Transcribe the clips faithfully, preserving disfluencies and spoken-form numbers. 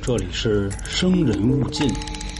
这里是生人勿近。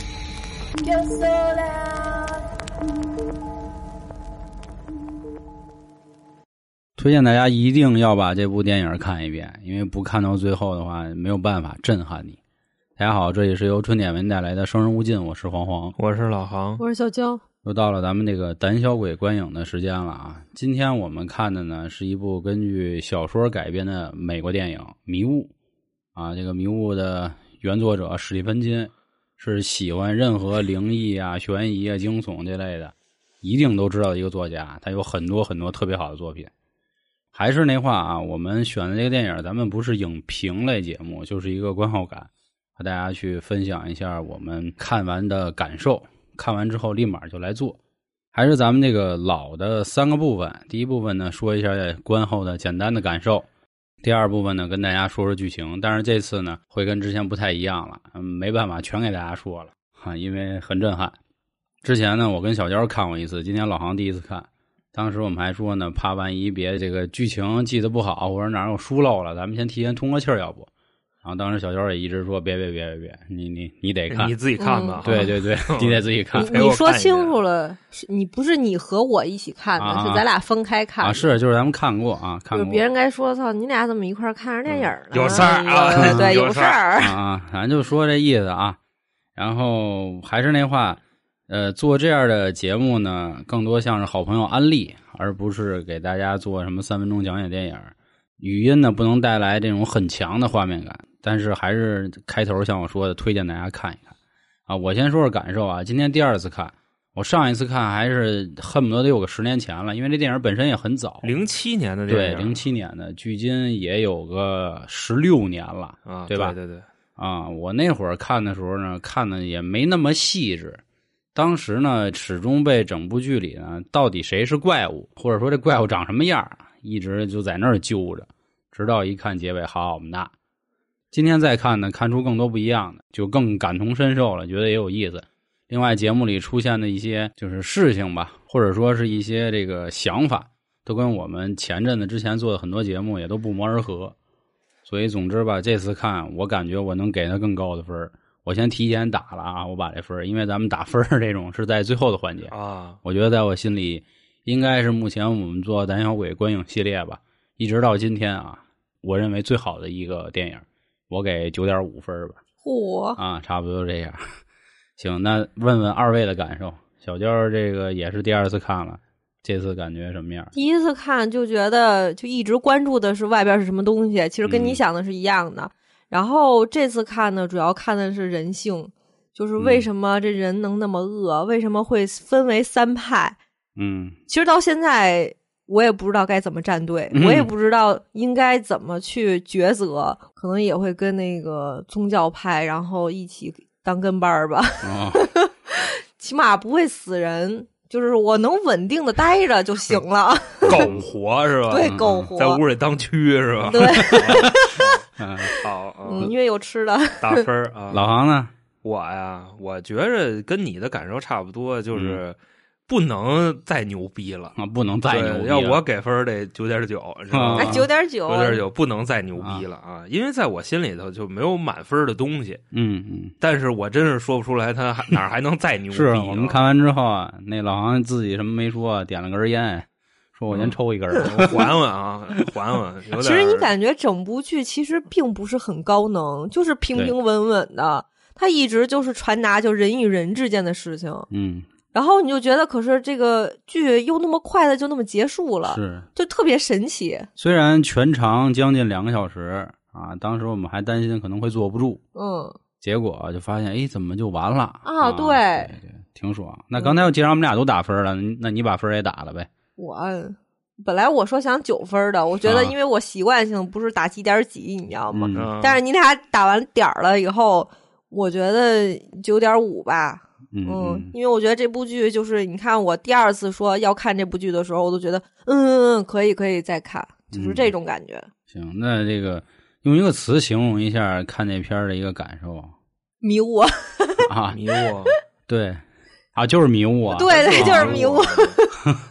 推荐大家一定要把这部电影看一遍，因为不看到最后的话没有办法震撼你。大家好，这里是由春点文带来的生人勿近，我是黄黄， 我是老航， 我是小娇。 又到了咱们这个胆小鬼观影的时间了啊！今天我们看的呢是一部根据小说改编的美国电影《迷雾》啊，这个《迷雾》的原作者史蒂芬金是喜欢任何灵异啊、悬疑啊、惊悚这类的，一定都知道的一个作家，他有很多很多特别好的作品。还是那话啊，我们选的这个电影，咱们不是影评类节目，就是一个观后感，和大家去分享一下我们看完的感受。看完之后立马就来做，还是咱们这个老的三个部分。第一部分呢，说一下观后的简单的感受；第二部分呢，跟大家说说剧情。但是这次呢，会跟之前不太一样了，嗯，没办法全给大家说了哈，因为很震撼。之前呢，我跟小娇看过一次，今天老航第一次看。当时我们还说呢，怕万一别这个剧情记得不好，或者哪有疏漏了，咱们先提前通个气儿，要不。然后当时小娇也一直说别别别别别，你你你得看， 你自己看吧。 嗯、对对对，你得自己看。 你, 你说清楚了，是你不是你和我一起看的，啊、是咱俩分开看的。 啊，是就是咱们看过啊，看过。 就是别人该说操，你俩怎么一块看着电影呢？ 嗯、有事儿啊， 对， 有事儿啊，咱就说这意思啊。然后还是那话，呃，做这样的节目呢，更多像是好朋友安利，而不是给大家做什么三分钟讲解电影。语音呢不能带来这种很强的画面感，但是还是开头像我说的，推荐大家看一看啊。我先说说感受啊，今天第二次看，我上一次看还是恨不得得有个十年前了，因为这电影本身也很早， 零七年的电影， 对，零七年的，距今也有个十六年了啊， 对吧？ 对对对啊，我那会儿看的时候呢，看的也没那么细致。当时呢，始终被整部剧里呢，到底谁是怪物，或者说这怪物长什么样，一直就在那儿揪着，直到一看结尾，好嘛。今天再看呢，看出更多不一样的，就更感同身受了，觉得也有意思。另外，节目里出现的一些就是事情吧，或者说是一些这个想法，都跟我们前阵子之前做的很多节目也都不谋而合。所以总之吧，这次看我感觉我能给他更高的分。我先提前打了啊，我把这分，因为咱们打分这种是在最后的环节啊。 我觉得在我心里应该是目前我们做胆小鬼观影系列吧，一直到今天啊，我认为最好的一个电影，我给 九点五分吧。 嚯啊，差不多这样。行，那问问二位的感受。小娇这个也是第二次看了，这次感觉什么样？ 第一次看就觉得就一直关注的是外边是什么东西，其实跟你想的是一样的。嗯然后这次看呢，主要看的是人性，就是为什么这人能那么恶，嗯、为什么会分为三派。 嗯， 其实到现在我也不知道该怎么站队，嗯、我也不知道应该怎么去抉择，可能也会跟那个宗教派然后一起当跟班吧。 哦、 起码不会死人。就是我能稳定的待着就行了。 苟活是吧？ 对，苟活， 在屋里当蛆是吧？ 对。 嗯，好， 嗯，因为有吃的。 打分啊！ 老航呢？ 我呀，我觉着跟你的感受差不多，就是不能再牛逼了啊，不能再牛逼了。 要我给分得九点九， 哎，九点九， 九点九，不能再牛逼了啊！因为在我心里头就没有满分的东西。 嗯嗯。 但是我真是说不出来，他哪儿还能再牛逼？ 是我们看完之后啊，那老航自己什么没说，点了根烟。说我先抽一根儿、 嗯，缓缓啊，缓缓。 其实你感觉整部剧其实并不是很高能，就是平平稳稳的，它一直就是传达就人与人之间的事情。 嗯， 然后你就觉得，可是这个剧又那么快的就那么结束了， 是， 就特别神奇。 虽然全长将近两个小时啊，当时我们还担心可能会坐不住， 嗯， 结果就发现，哎，怎么就完了啊？ 啊对， 对对，挺爽。那刚才既然我们俩都打分了，嗯、那你把分也打了呗。 我本来我说想九分的，我觉得因为我习惯性不是打几点几，你知道吗？ 嗯、 但是你俩打完点了以后，我觉得九点五吧。 嗯, 嗯，因为我觉得这部剧就是你看我第二次说要看这部剧的时候，我都觉得嗯可以可以再看，就是这种感觉。 嗯、行，那这个用一个词形容一下看这片的一个感受。 迷雾啊，迷雾， 对啊，就是迷雾啊， 对对，就是迷雾。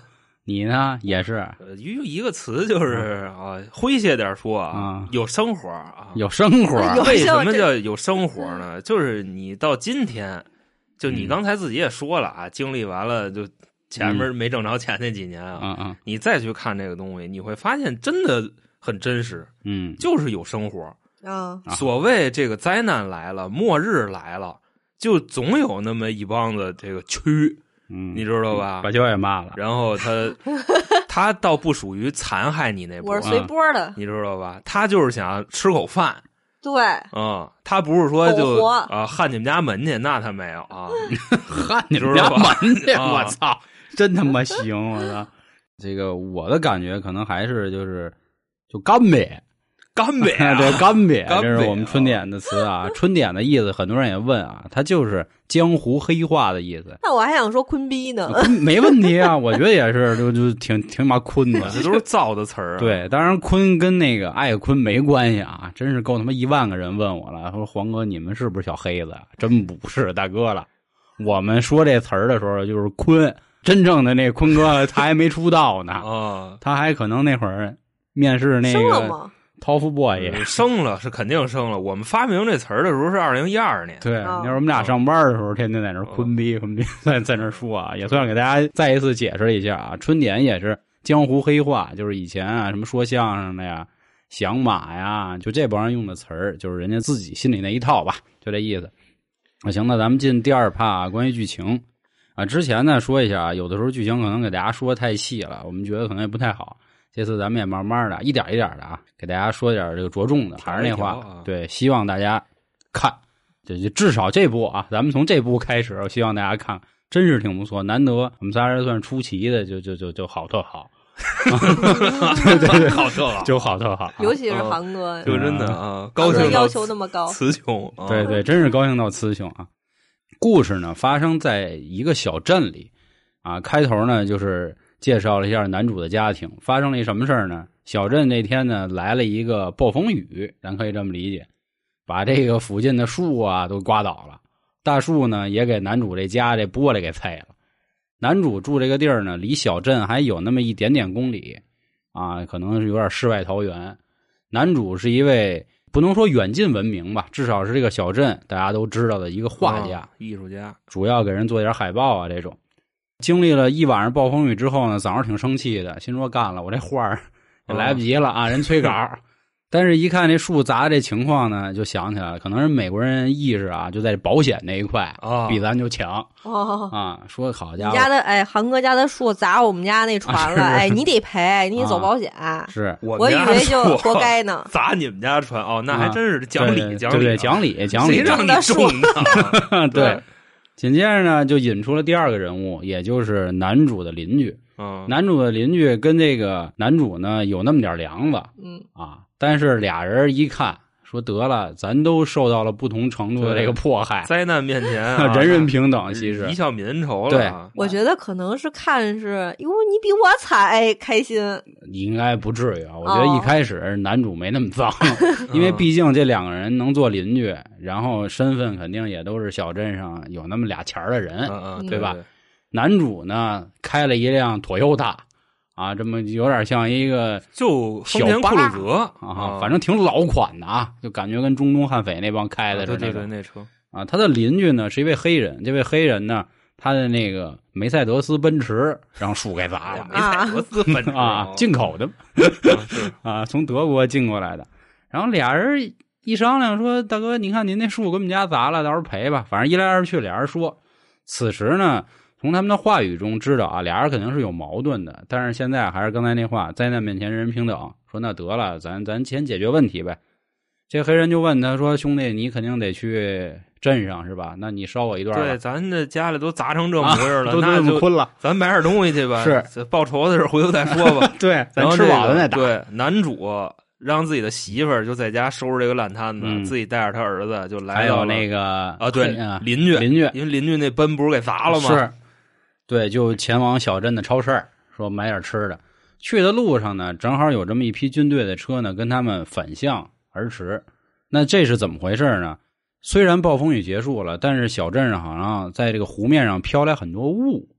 你呢也是呃，用一个词就是啊，诙谐点说啊， 啊有生活啊。 有生活有为什么叫有生活呢？就是你到今天，就你刚才自己也说了啊，经历完了就前面没挣着钱那几年啊， 嗯嗯你再去看这个东西，你会发现真的很真实， 嗯， 就是有生活。 啊， 所谓这个灾难来了，末日来了，就总有那么一帮子这个蛆， 嗯， 你知道吧？ 把脚也骂了， 然后他他倒不属于残害你那波， 我是随波的， 你知道吧？他就是想吃口饭。 对， 嗯，他不是说就苟活啊焊你们家门去，那他没有啊， 焊你们家门去，我操，真他妈行，我操！这个我的感觉可能还是就是就干瘪。 干瘪、啊， 对，干瘪， 干瘪这是我们春点的词啊。春点的意思，很多人也问啊，它就是江湖黑话的意思。 那我还想说坤逼呢， 没问题啊，我觉得也是，就就挺挺妈坤的， 这都是造的词儿、啊。 对，当然坤跟那个爱坤没关系啊，真是够他妈一万个人问我了，说黄哥你们是不是小黑子？真不是，大哥了。我们说这词儿的时候就是坤，真正的那坤哥他还没出道呢， 啊， 他还可能那会儿面试那个。 生了吗 ？TOFBOY 生了是肯定生了。我们发明这词儿的时候是二零一二年， 对， 哦那时候我们俩上班的时候，天天在那坤逼坤逼，在在那说啊，也算给大家再一次解释一下啊。春点也是江湖黑话，就是以前啊什么说相声的呀、响马呀，就这帮人用的词儿，就是人家自己心里那一套吧，就这意思。那行，那咱们进第二趴啊，关于剧情啊。之前呢说一下啊，有的时候剧情可能给大家说太细了，我们觉得可能也不太好。这次咱们也慢慢的一点一点的啊，给大家说点这个着重的，还是那话， 啊、 对，希望大家看，就就至少这部啊，咱们从这部开始，我希望大家看，真是挺不错，难得我们仨人算出奇的，就就就就好特好，对对对， 好特好， 就好特好， 尤其是航哥， 就真的啊，高兴要求那么高， 词穷，啊、 对对，真是高兴到词穷啊。故事呢发生在一个小镇里啊，开头呢就是介绍了一下男主的家庭，发生了一什么事儿呢？小镇那天呢来了一个暴风雨，咱可以这么理解，把这个附近的树啊都刮倒了，大树呢也给男主这家这玻璃给碎了。男主住这个地儿呢，离小镇还有那么一点点公里啊，可能是有点世外桃源。男主是一位不能说远近闻名吧，至少是这个小镇大家都知道的一个画家、 啊、艺术家， 主要给人做点海报啊这种。经历了一晚上暴风雨之后呢，早上挺生气的，心说干了，我这画儿也来不及了啊，人催稿。但是一看这树砸这情况呢，就想起来了，可能是美国人意识啊，就在保险那一块啊， 比咱就强哦啊。说好家伙， 你家的哎，航哥家的树砸我们家那船了，哎，你得赔，你得走保险。 是我我以为就活该呢， 砸你们家船哦，那还真是讲理，讲理， 对讲理，讲理， 谁让你种的？ 对。紧接着呢，就引出了第二个人物，也就是男主的邻居。 嗯， 男主的邻居跟这个男主呢有那么点梁子， 嗯啊，但是俩人一看，说得了，咱都受到了不同程度的这个迫害， 灾难面前、啊、 人人平等，其实一笑泯恩仇了。 对， 我觉得可能是看是，因为你比我惨，哎，开心。 应该不至于啊，我觉得一开始男主没那么脏，哦、因为毕竟这两个人能做邻居，然后身份肯定也都是小镇上有那么俩钱的人， 嗯嗯对吧？ 对对男主呢开了一辆Toyota啊，这么有点像一个就小丰田酷路泽啊，反正挺老款的啊，就感觉跟中东悍匪那帮开的似的、啊。 对对对，那车啊，他的邻居呢是一位黑人，这位黑人呢，他的那个梅赛德斯奔驰让树给砸了， 梅赛德斯奔驰啊，进口的啊，从德国进过来的。然后俩人一商量说：“大哥，你看您那树给我们家砸了，到时候赔吧。”反正一来二去，俩人说。此时呢，从他们的话语中知道啊，俩人肯定是有矛盾的。但是现在还是刚才那话，灾难面前人人平等。说那得了，咱咱先解决问题呗。这黑人就问他说：“兄弟，你肯定得去镇上是吧？那你捎我一段吧。” 对，咱这家里都砸成这模样了， 啊、都那就困了， 咱买点东西去吧。 是报仇的事回头再说吧。 对，咱吃饱了再打。 对，男主让自己的媳妇儿就在家收拾这个烂摊子， 嗯、 自己带着他儿子就来到还有那个啊，对， 啊、 邻居邻居， 因为邻居那奔不是给砸了吗？ 是，对，就前往小镇的超市，说买点吃的。去的路上呢，正好有这么一批军队的车呢，跟他们反向而驰。那这是怎么回事呢？虽然暴风雨结束了，但是小镇上好像在这个湖面上飘来很多雾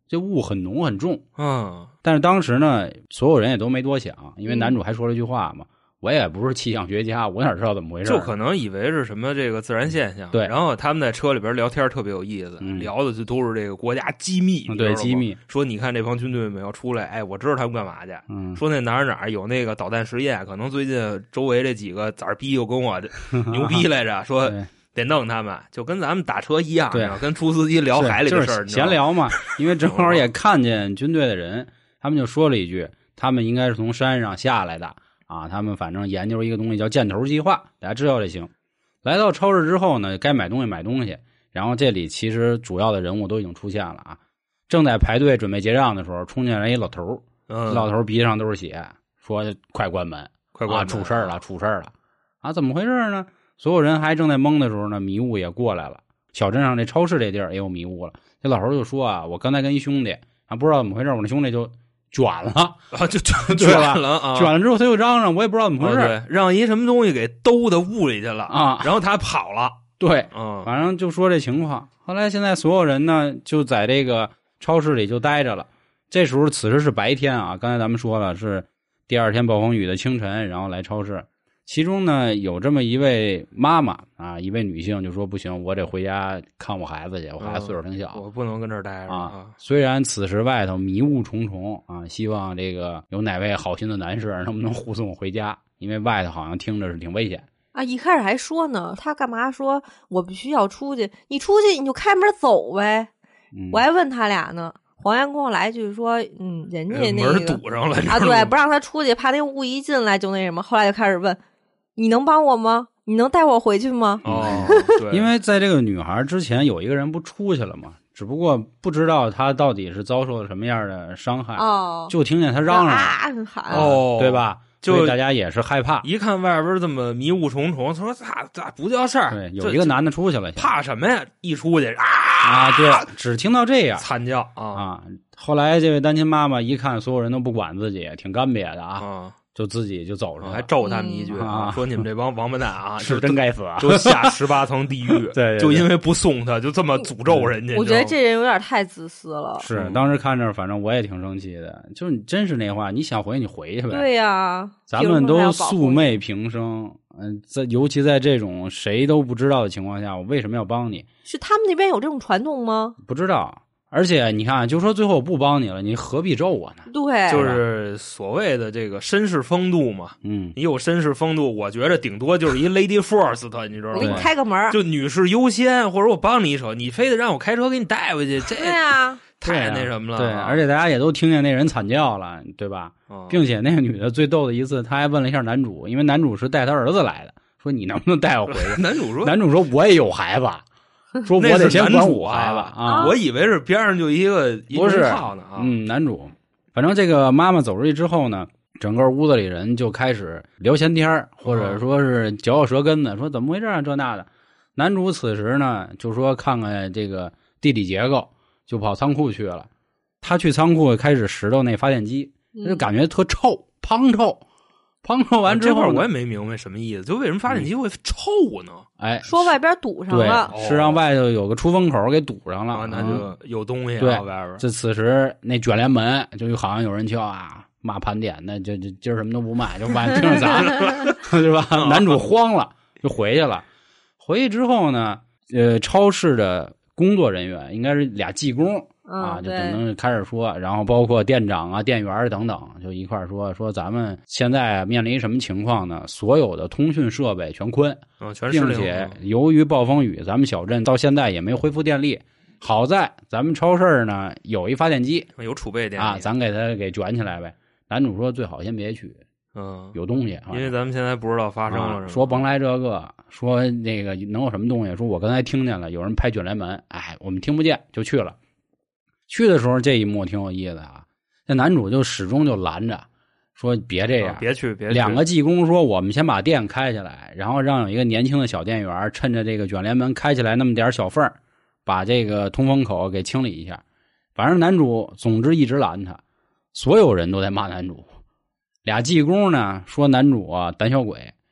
这雾很浓很重。 嗯， 但是当时呢，所有人也都没多想，因为男主还说了一句话嘛，我也不是气象学家，我哪知道怎么回事？ 就可能以为是什么这个自然现象。 对， 然后他们在车里边聊天特别有意思， 嗯、 聊的就都是这个国家机密。 嗯、对，机密。 说你看这帮军队没有出来，哎，我知道他们干嘛去。 嗯， 说那哪儿哪儿有那个导弹实验，可能最近周围这几个崽儿逼又跟我牛逼来着，说得弄他们，就跟咱们打车一样， 对， 跟出司机聊海里的事儿， 就是闲聊嘛。因为正好也看见军队的人，他们就说了一句，他们应该是从山上下来的啊，他们反正研究一个东西叫箭头计划，大家知道就行。来到超市之后呢，该买东西买东西，然后这里其实主要的人物都已经出现了啊。正在排队准备结账的时候，冲进来一老头， 嗯， 老头鼻子上都是血，说快关门， 快关门， 啊，出事了，出事了啊！怎么回事呢？所有人还正在懵的时候呢，迷雾也过来了。小镇上这超市这地儿也有迷雾了。这老头就说啊，我刚才跟一兄弟啊，不知道怎么回事，我那兄弟就卷了啊，就卷了啊， 卷了之后他又嚷嚷，我也不知道怎么回事， 啊、让一什么东西给兜到屋里去了啊， 然后他跑了。 对， 嗯， 反正就说这情况。后来现在所有人呢就在这个超市里就待着了。这时候此时是白天啊，刚才咱们说了是第二天暴风雨的清晨，然后来超市。其中呢有这么一位妈妈啊，一位女性就说不行，我得回家看我孩子去，我孩子岁数挺小， 嗯、我不能跟这儿待着啊。虽然此时外头迷雾重重啊，希望这个有哪位好心的男士能不能护送我回家，因为外头好像听着是挺危险啊。一开始还说呢，他干嘛说我必须要出去？你出去你就开门走呗。 嗯、 我还问他俩呢。黄岩跟我来一句说，嗯，人家那个门堵上了啊，对，不让他出去，怕那雾一进来就那什么。后来就开始问，你能帮我吗？你能带我回去吗？ 哦，对， 因为在这个女孩之前有一个人不出去了嘛，只不过不知道她到底是遭受了什么样的伤害， 哦， 就听见她嚷嚷啊喊哦， 对吧？就大家也是害怕， 一看外边这么迷雾重重，说咋咋不叫事儿？ 对，有一个男的出去了， 怕什么呀？一出去啊啊，对，只听到这样惨叫啊啊！后来这位单亲妈妈一看所有人都不管自己，挺干瘪的啊， 啊就自己就走出来， 还咒他们一句、 嗯、 啊，说你们这帮王八蛋啊， 是真该死啊， 就下十八层地狱。 对, 对, 对， 就因为不送他，就这么诅咒人家。 我觉得这人有点太自私了。 是，当时看着，反正我也挺生气的。就是你真是那话，你想回你回去呗。 对呀、啊， 咱们都素昧平生，嗯，在尤其在这种谁都不知道的情况下，我为什么要帮你？ 是他们那边有这种传统吗？ 不知道。而且你看，就说最后我不帮你了，你何必咒我呢？ 对， 就是所谓的这个绅士风度嘛。 嗯， 你有绅士风度，我觉得顶多就是一 lady first， 你知道吗？ 我给你开个门， 就女士优先，或者我帮你一手，你非得让我开车给你带回去，这对啊， 太那什么了。 对，而且大家也都听见那人惨叫了，对吧？ 哦、 并且那个女的最逗的一次，她还问了一下男主，因为男主是带他儿子来的，说你能不能带我回去？ 男主说， 男主说我也有孩子。说我得先管我孩子啊！ 我以为是边上就一个不是套呢啊。 嗯，男主，反正这个妈妈走出去之后呢，整个屋子里人就开始聊闲天，或者说是嚼咬舌根子，说怎么回事啊这那的。男主此时呢就说看看这个地理结构，就跑仓库去了。他去仓库开始拾掇那发电机，就感觉特臭，滂臭。滂臭完之后、 啊，这块我也没明白什么意思，就为什么发电机会臭呢？ 哎， 说外边堵上了， 对，是让外头有个出风口给堵上了， 啊、那就有东西啊。 对， 外边这此时那卷帘门就好像有人叫啊，骂盘点的，就就今儿什么都不卖，就往听着砸，是吧？男主慌了，就回去了。回去之后呢，呃，超市的工作人员应该是俩技工。啊，就等等开始说，然后包括店长啊、店员等等，就一块说说咱们现在面临什么情况呢？所有的通讯设备全关， 嗯，全并且由于暴风雨，咱们小镇到现在也没恢复电力。好在咱们超市呢有一发电机， 有储备电力啊，咱给它给卷起来呗。男主说最好先别去， 嗯， 有东西， 因为咱们现在不知道发生了什么。 啊、说甭来这个，说那个能有什么东西？说我刚才听见了，有人拍卷帘门，哎，我们听不见，就去了。去的时候这一幕挺有意思啊，那男主就始终就拦着，说别这样， 啊、别去，别去。 两个技工说我们先把店开起来，然后让有一个年轻的小店员趁着这个卷帘门开起来那么点小缝，把这个通风口给清理一下。反正男主总之一直拦他，所有人都在骂男主。俩技工呢说男主啊胆小鬼，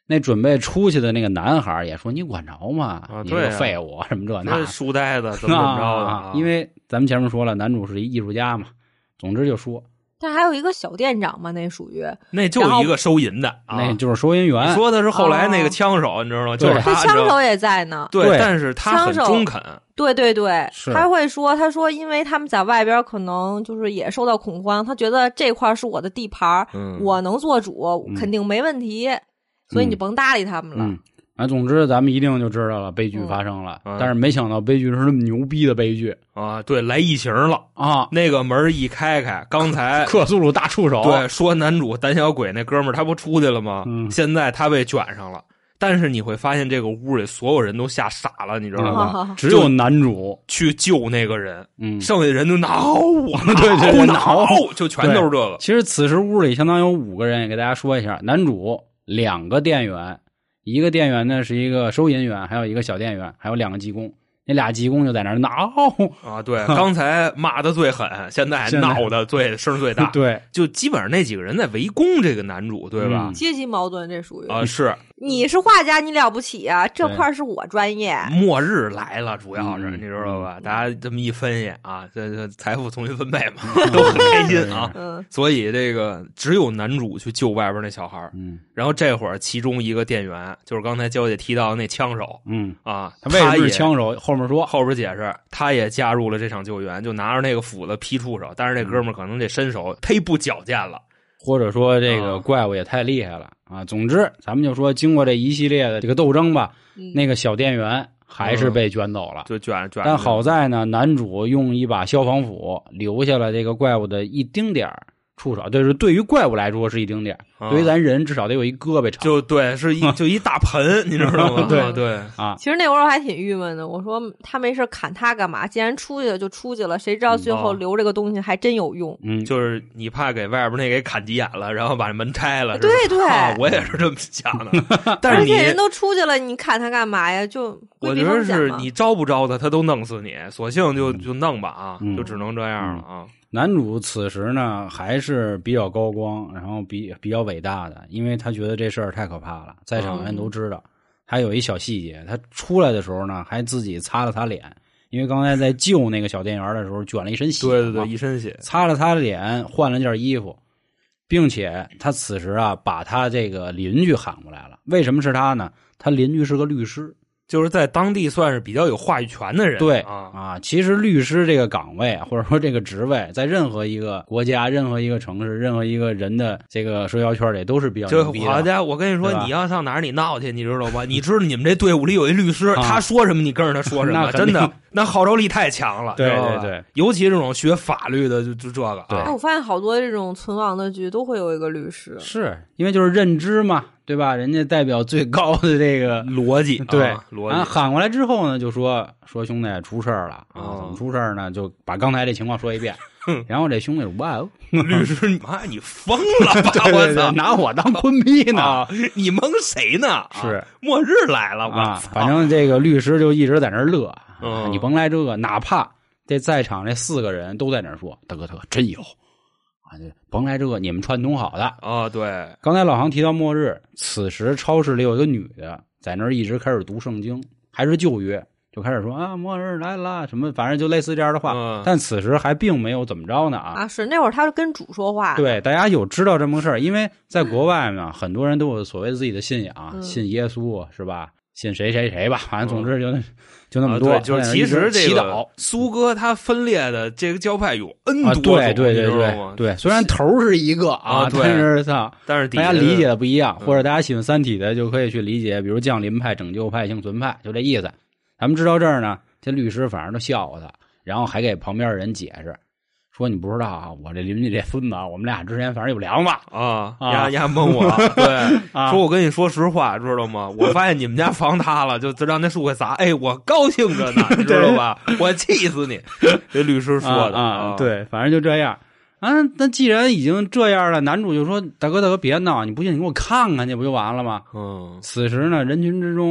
那准备出去的那个男孩也说：“你管着吗？ 啊， 你这个废物什么这那书呆子怎么怎么着的、 啊？”因为咱们前面说了，男主是一艺术家嘛。总之就说， 但还有一个小店长嘛，那属于那就一个收银的，啊、 那就是收银员。 你说的是后来那个枪手，哦、你知道吗？就是他， 枪手也在呢。 对，对但是他很中肯。 对对对，他会说，他说，因为他们在外边可能就是也受到恐慌，他觉得这块是我的地盘、嗯，我能做主，肯定没问题，嗯、所以你甭搭理他们了。 嗯啊，总之咱们一定就知道了悲剧发生了，嗯、但是没想到悲剧是那么牛逼的悲剧啊！对，来异形了啊！ 那个门一开开，刚才克苏鲁大触手， 对，说男主胆小鬼那哥们儿他不出去了吗？嗯、现在他被卷上了，但是你会发现这个屋里所有人都吓傻了，你知道吗？ 嗯、只有男主去救那个人， 嗯， 剩下的人都挠我， 对对对，挠， 就全都是这个。 其实此时屋里相当有五个人，也给大家说一下，男主两个店员。一个店员呢是一个收银员，还有一个小店员，还有两个技工。那俩技工就在那儿闹啊！对，刚才骂的最狠，现在闹的最声最大。 对， 就基本上那几个人在围攻这个男主，对吧？ 嗯、阶级矛盾，这属于啊，是你是画家，你了不起啊，这块是我专业。 末日来了，主要是、嗯、你知道吧？ 嗯、 大家这么一分析啊，这这财富重新分配嘛，都很开心啊。 嗯， 所以这个只有男主去救外边那小孩， 嗯， 然后这会儿其中一个店员就是刚才娇姐提到的那枪手， 嗯啊， 他为什么是枪手？后面说， 后边解释，他也加入了这场救援，就拿着那个斧子劈触手，但是这哥们儿可能这身手忒不矫健了。 或者说这个怪物也太厉害了啊！总之，咱们就说经过这一系列的这个斗争吧， 嗯、 那个小店员还是被卷走了， 嗯、就卷卷。 但好在呢，男主用一把消防斧留下了这个怪物的一丁点儿触手，就是对于怪物来说是一丁点儿， 啊、 对于咱人至少得有一胳膊长。 就对，是一就一大盆，你知道吗？ 对对啊。 其实那会儿我还挺郁闷的，我说他没事砍他干嘛？既然出去了就出去了，谁知道最后留这个东西还真有用。 嗯， 就是你怕给外边那给砍急眼了，然后把门拆了。 对对、 啊，我也是这么想的。但是你而且人都出去了，你砍他干嘛呀？就我觉得是你招不招他，他都弄死你，索性就就弄吧啊， 嗯、 就只能这样了啊。 嗯男主此时呢还是比较高光，然后比比较伟大的，因为他觉得这事儿太可怕了，在场人都知道。还有一小细节，他出来的时候呢，还自己擦了擦脸，因为刚才在救那个小店员的时候卷了一身血， 对对对，一身血， 擦了擦脸，换了件衣服，并且他此时啊把他这个邻居喊过来了。为什么是他呢？他邻居是个律师。 就是在当地算是比较有话语权的人。 对啊啊，其实律师这个岗位或者说这个职位，在任何一个国家、任何一个城市、任何一个人的这个社交圈里都是比较牛逼的。 就好家伙，我跟你说，你要上哪儿你闹去，你知道吧？你知道你们这队伍里有一律师，啊、他说什么你跟着他说什么，真的，那号召力太强了。 对对对， 尤其这种学法律的，就就这个。 对， 哎，我发现好多这种存亡的剧都会有一个律师， 是因为就是认知嘛。对吧？人家代表最高的这个逻辑， 对， 啊、逻辑。 喊过来之后呢，就说说兄弟出事了啊！ 哦、 怎么出事呢？就把刚才这情况说一遍。然后这兄弟说：“哇哦， 律师，妈，你疯了吧？我操， 拿我当坤逼呢、 啊？你蒙谁呢？ 是、 啊、末日来了，我啊！反正这个律师就一直在那儿乐。 嗯、 你甭来这个，哪怕这在场这四个人都在那儿说：‘大哥，大哥，真有。’啊，甭来这个，你们串通好的啊、哦！对， 刚才老航提到末日，此时超市里有一个女的在那儿一直开始读圣经，还是旧约，就开始说啊，末日来了，什么，反正就类似这样的话。 嗯、 但此时还并没有怎么着呢啊！ 啊，是那会儿他是跟主说话。 对，大家有知道这么个事儿，因为在国外呢，很多人都有所谓自己的信仰， 嗯、 信耶稣是吧？信谁谁谁吧，反正总之就、嗯、就那么多。 啊、就是其实这个苏哥他分裂的这个教派有 N 多种， 啊、对对对对对，虽然头是一个啊， 啊但是操， 但是大家理解的不一样， 嗯、 或者大家喜欢三体的就可以去理解，比如降临派、拯救派、幸存派，就这意思。咱们知道这儿呢，这律师反正都笑话他，然后还给旁边的人解释。说你不知道啊，我这邻居这孙子，我们俩之前反正有梁子啊，丫丫蒙我，对， 啊、 说我跟你说实话，知道吗？我发现你们家房塌了，就让那树给砸，哎，我高兴着呢，你知道吧？我气死你！这律师说的啊, 啊，对，反正就这样啊。那既然已经这样了，男主就说：“大哥，大哥，别闹，你不信你给我看看去，不就完了吗？” 嗯。 此时呢，人群之中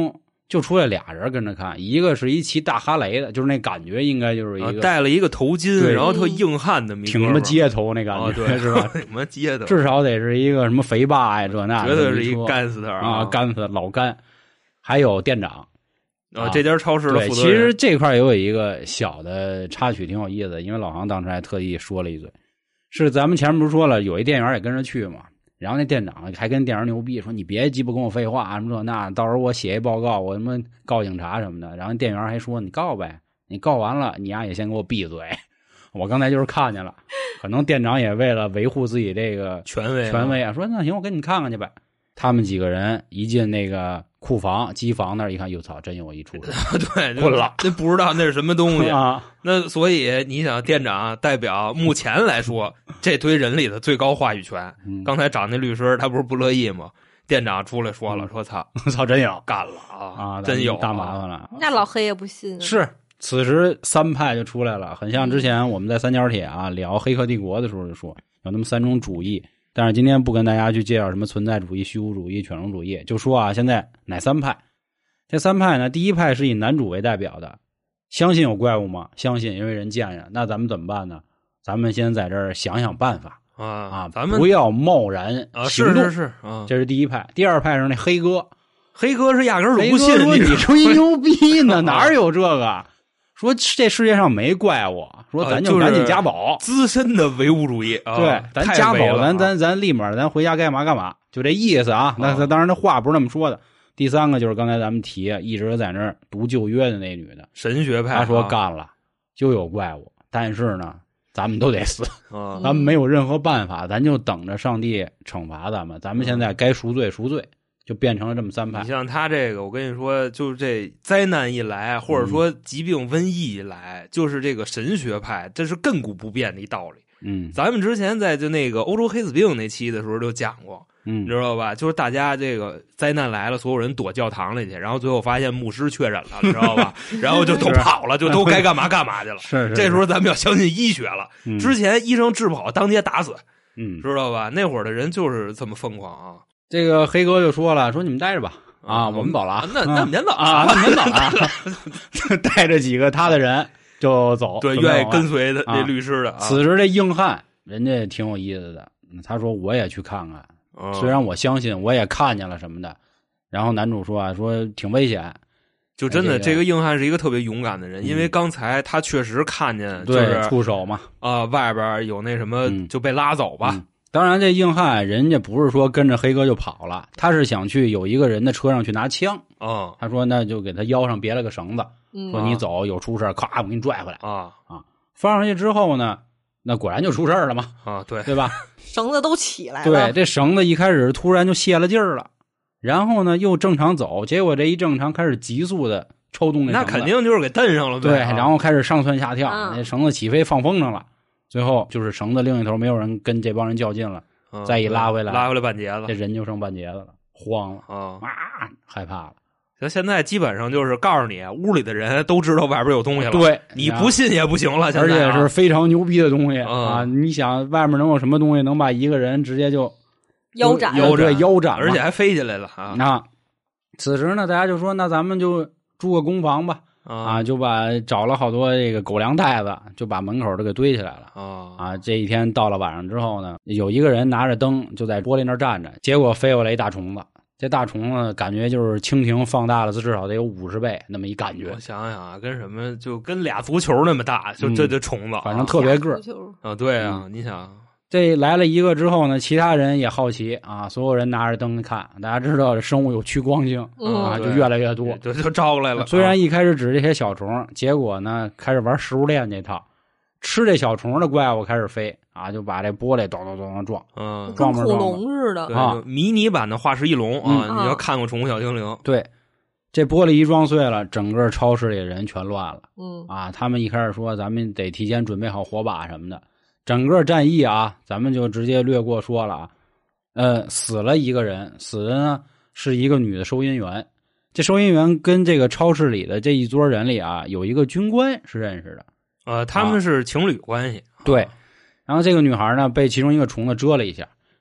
就出来俩人跟着看，一个是一骑大哈雷的，就是那感觉应该就是一个、 啊、戴了一个头巾，然后特硬汉的， 挺什么街头那感觉， 哦、对是吧？ 什么街头， 至少得是一个什么肥爸呀，这那绝对是一干死他啊，干死老干。还有店长啊，这家超市的负责人。 对，其实这块也有一个小的插曲，挺有意思的，因为老航当时还特意说了一嘴，是咱们前面不是说了，有一店员也跟着去嘛。然后那店长还跟店员牛逼说：“你别鸡巴跟我废话什么这那，到时候我写一报告，我他妈告警察什么的。”然后店员还说：“你告呗，你告完了，你丫也先给我闭嘴。”我刚才就是看见了，可能店长也为了维护自己这个权威权威啊，说那行，我跟你看看去呗。他们几个人一进那个库房机房那儿一看，哟操，真有一出事对， 混了， 那不知道那是什么东西啊。 那所以你想，店长代表目前来说这堆人里的最高话语权。 嗯、 刚才找那律师他不是不乐意吗？店长出来说了，说操， 操，真有干了啊啊， 真有大麻烦了。 那老黑也不信、啊。 是，此时三派就出来了，很像之前我们在三角铁啊聊《黑客帝国》的时候就说有那么三种主义。但是今天不跟大家去介绍什么存在主义、虚无主义、犬儒主义，就说啊，现在哪三派？这三派呢，第一派是以男主为代表的，相信有怪物吗？相信，因为人见着。那咱们怎么办呢？咱们先在这儿想想办法啊啊， 咱们不要贸然行动。 啊、是是是啊， 这是第一派。第二派是那黑哥， 黑哥是压根儿不信你，你吹牛逼呢？哪有这个？说这世界上没怪物，说咱就赶紧加保， 呃就是、资深的唯物主义。啊、 对，咱加保，咱咱咱立马，咱回家该嘛干嘛，就这意思啊。那他当然，这话不是那么说的。第三个就是刚才咱们提，一直在那儿读旧约的那女的神学派， 她说干了就有怪物，但是呢，咱们都得死， 啊、 咱们没有任何办法，咱就等着上帝惩罚咱们。咱们现在该赎罪赎罪。就变成了这么三派。 你像他这个，我跟你说，就是这灾难一来，或者说疾病瘟疫一来，嗯、就是这个神学派，这是亘古不变的一道理。 嗯， 咱们之前在就那个欧洲黑死病那期的时候就讲过， 嗯， 你知道吧？就是大家这个灾难来了，所有人躲教堂里去，然后最后发现牧师确诊了，你知道吧？然后就都跑了，就都该干嘛干嘛去了。 是是。 这时候咱们要相信医学了。 嗯、 之前医生治不好，当街打死， 嗯， 知道吧？那会儿的人就是这么疯狂啊。 这个黑哥就说了，说你们待着吧，啊， 啊我们走了啊， 那那您走啊，那您走啊，带着几个他的人就走， 对，愿意跟随的这律师的。 啊、此时这硬汉人家挺有意思的，他说我也去看看， 嗯、 虽然我相信我也看见了什么的，然后男主说啊，说挺危险。 就真的， 哎、 这个硬汉是一个特别勇敢的人， 嗯、 因为刚才他确实看见，就是对出手嘛， 啊、呃，外边有那什么就被拉走吧。 嗯嗯当然，这硬汉人家不是说跟着黑哥就跑了，他是想去有一个人的车上去拿枪。 啊、 嗯，他说那就给他腰上别了个绳子， 嗯、 说你走有出事，咔，我给你拽回来。 啊啊，放上去之后呢，那果然就出事了嘛。 啊，对对吧？ 绳子都起来了。 对，这绳子一开始突然就泄了劲儿了，然后呢又正常走，结果这一正常开始急速的抽动那绳子， 那肯定就是给蹬上了。 对， 对然后开始上蹿下跳， 啊、 那绳子起飞放风筝了。最后就是绳子另一头没有人跟这帮人较劲了。 嗯、 再一拉回来， 拉回来半截子， 这人就剩半截子了，慌了啊啊，害怕了。 那现在基本上就是告诉你，屋里的人都知道外边有东西了， 对， 你不信也不行了。现在、 啊、 而且是非常牛逼的东西、 嗯、 啊！你想外面能有什么东西能把一个人直接就腰斩？ 腰斩，腰斩， 而且还飞起来了啊！ 那此时呢，大家就说，那咱们就住个公房吧。啊，就把找了好多这个狗粮袋子，就把门口都给堆起来了。 啊啊，这一天到了晚上之后呢，有一个人拿着灯就在玻璃那儿站着，结果飞过来一大虫子。这大虫子感觉就是蜻蜓放大了，至少得有五十倍那么一感觉。 我想想啊，跟什么就跟俩足球那么大，就这这虫子、 嗯，反正特别个儿啊。对啊， 嗯、 你想。 这来了一个之后呢，其他人也好奇啊，所有人拿着灯看。大家知道这生物有趋光性、 嗯、 啊，就越来越多， 就就招过来了。 虽然一开始指这些小虫，结果呢开始玩食物链这套，吃这小虫的怪物开始飞啊，就把这玻璃咚咚咚咚撞， 嗯， 撞跟恐龙似的啊， 迷你版的化石翼龙啊、 嗯， 你要看过《宠物小精灵》， 对，这玻璃一撞碎了，整个超市里的人全乱了。 嗯啊，他们一开始说咱们得提前准备好火把什么的。整个战役啊，咱们就直接略过说了啊。呃，死了一个人，死的呢是一个女的收银员。这收银员跟这个超市里的这一桌人里啊，有一个军官是认识的。 呃，他们是情侣关系。 啊、对。然后这个女孩呢，被其中一个虫子蛰了一下，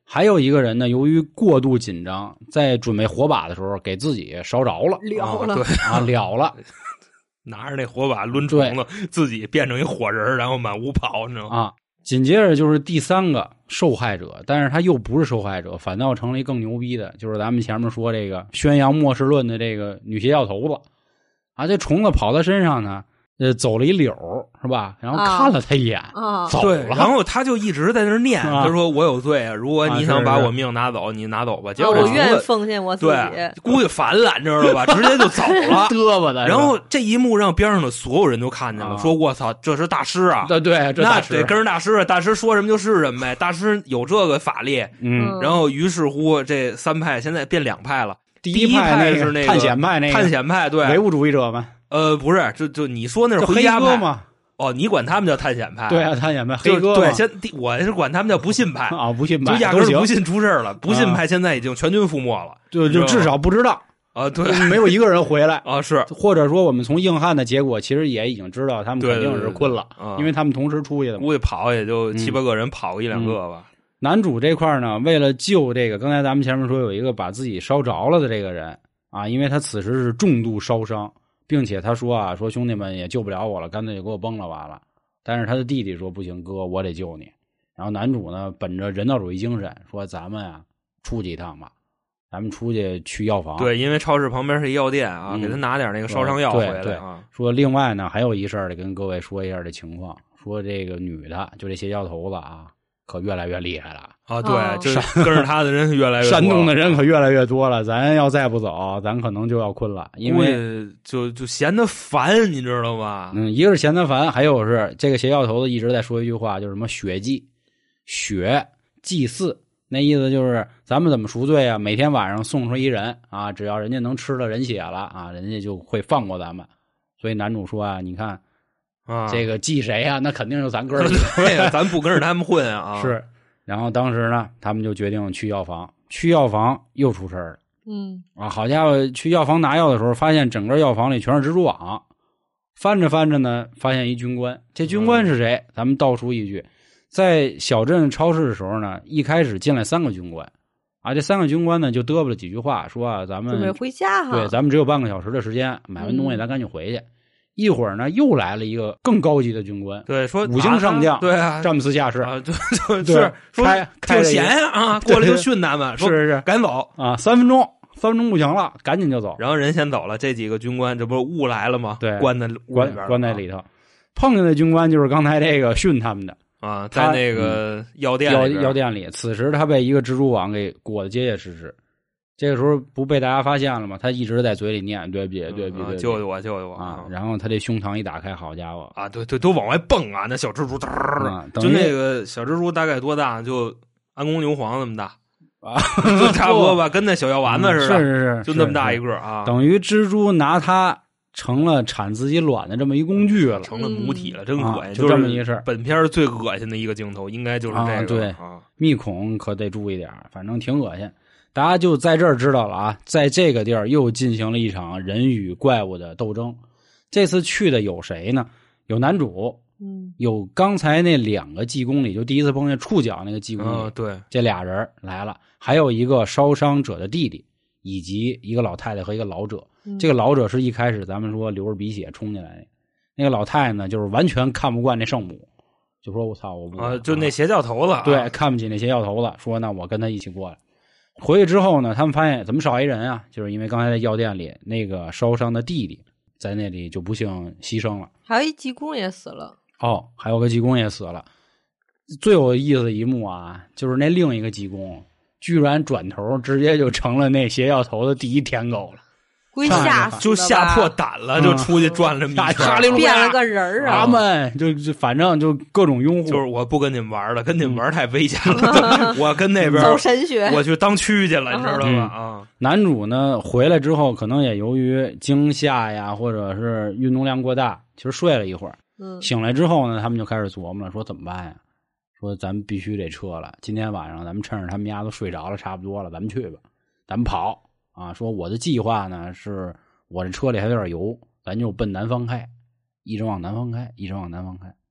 还有一个人呢，由于过度紧张，在准备火把的时候给自己烧着了， 了了， 对啊，了了， 拿着那火把抡虫子，自己变成一火人，然后满屋跑，你知道吗？ 啊。紧接着就是第三个受害者，但是他又不是受害者，反倒成了一更牛逼的，就是咱们前面说这个宣扬末世论的这个女邪教头子啊。这虫子跑他身上呢，呃，走了一溜是吧？然后看了他一眼， 啊， 走对， 了。 然后他就一直在那儿念， 啊他说我有罪，如果你想把我命拿走，你拿走吧。结果这我虫子愿奉献我自己， 对，估计烦了，你知道吧？直接就走了， 嘚吧的。 然后这一幕让边上的所有人都看见了， 啊说我操，这是大师啊！ 对对，这那大师得跟着大师，大师说什么就是什么呗。大师有这个法力， 嗯， 然后于是乎这三派现在变两派了。 第一派是那个探险派，那个探险派，对， 唯物主义者嘛。 呃，不是，就就你说那是就黑回家派哥嘛？ 哦，你管他们叫探险派？ 对啊，探险派， 就黑哥对，先我是管他们叫不信派啊，不信就派，都行压根儿不信出事儿了。不信派现在已经全军覆没了， 就就至少不知道啊，对， 没有一个人回来啊，是， 或者说我们从硬汉的结果，其实也已经知道他们肯定是困了， 对对对对啊、 因为他们同时出去的嘛， 估计跑也就七八个人，跑个一两个吧。 嗯、男主这块呢，为了救这个，刚才咱们前面说有一个把自己烧着了的这个人啊，因为他此时是重度烧伤，并且他说啊，说兄弟们也救不了我了，干脆就给我崩了完了。但是他的弟弟说不行，哥，我得救你。然后男主呢，本着人道主义精神，说咱们啊出去一趟吧，咱们出去去药房。 对，因为超市旁边是一药店啊， 嗯、 给他拿点那个烧伤药回来啊。 对对说另外呢，还有一事儿得跟各位说一下这情况，说这个女的，就这邪教头子啊，可越来越厉害了啊！对，哦、就是跟着他的人越来越多， 煽动的人可越来越多了。咱要再不走，咱可能就要困了，因为就就嫌他烦，你知道吗？ 嗯，一个是嫌他烦，还有是这个邪教头子一直在说一句话，就是什么血祭、血祭祀，那意思就是咱们怎么赎罪啊？每天晚上送出一人啊，只要人家能吃了人血了啊，人家就会放过咱们。所以男主说啊，你看啊， 这个祭谁啊？那肯定是咱哥儿对呀，咱不跟着他们混啊。 是。然后当时呢，他们就决定去药房。去药房又出事了。 嗯啊，好家伙，去药房拿药的时候，发现整个药房里全是蜘蛛网。翻着翻着呢，发现一军官。这军官是谁？嗯、咱们倒数一句，在小镇超市的时候呢，一开始进来三个军官。啊，这三个军官呢就嘚啵了几句话，说啊，咱们准备回家哈。 对，咱们只有半个小时的时间，买完东西咱赶紧回去。嗯一会儿呢，又来了一个更高级的军官， 对，说五星上将， 啊对啊， 詹姆斯下士啊，就就是说挺闲呀啊，过来就训他们， 是是是， 赶走啊，三分钟，三分钟不行了，赶紧就走。 然后人先走了，这几个军官这不是雾来了吗？ 对， 关在关关在里头，碰见的军官就是刚才这个训他们的啊，在那个药店药药店里，此时他被一个蜘蛛网给裹得结结实实。这个时候不被大家发现了吗？他一直在嘴里念对不起对不起， 嗯、救救我救救我啊！然后他这胸膛一打开，好家伙啊，对对，都往外蹦啊！那小蜘蛛， 啊、 就那个小蜘蛛大概多大？就安宫牛黄那么大啊， 就差不多吧，跟那小药丸子似的， 嗯、是是是， 就那么大一个啊。 等于蜘蛛拿它成了产自己卵的这么一工具了， 成了母体了，真恶心！ 啊、就这么一事。 本片最恶心的一个镜头，应该就是这个。 啊、对啊， 密孔可得注意点，反正挺恶心。大家就在这儿知道了啊，在这个地儿又进行了一场人与怪物的斗争。这次去的有谁呢？有男主， 嗯， 有刚才那两个技工里就第一次碰见触角那个技工里， 哦、对， 这俩人来了，还有一个烧伤者的弟弟，以及一个老太太和一个老者。 嗯、 这个老者是一开始咱们说流着鼻血冲进来的，那个老太太呢，就是完全看不惯那圣母，就说我操，我不啊，就那邪教头子、啊， 对，看不起那邪教头子，说那我跟他一起过来。回去之后呢，他们发现怎么少一人啊？就是因为刚才在药店里那个烧伤的弟弟在那里就不幸牺牲了， 还有一技工也死了。 哦，还有个技工也死了。最有意思的一幕啊，就是那另一个技工居然转头直接就成了那邪教头的第一舔狗了， 归吓死就吓破胆了， 嗯、 就出去转了这么一圈， 变了个人儿啊！ 他们就就反正就各种拥护， 就是我不跟你们玩了，跟你们玩太危险了，嗯、我跟那边走神学， 我去当区去了，你知道吧？ 嗯、 啊， 男主呢回来之后，可能也由于惊吓呀，或者是运动量过大，其实睡了一会儿。 嗯， 醒来之后呢，他们就开始琢磨了，说怎么办呀？说咱们必须得撤了，今天晚上咱们趁着他们家都睡着了，差不多了，咱们去吧，咱们跑啊！说我的计划呢是。我这车里还有点油，咱就奔南方开，一直往南方开，一直往南方开。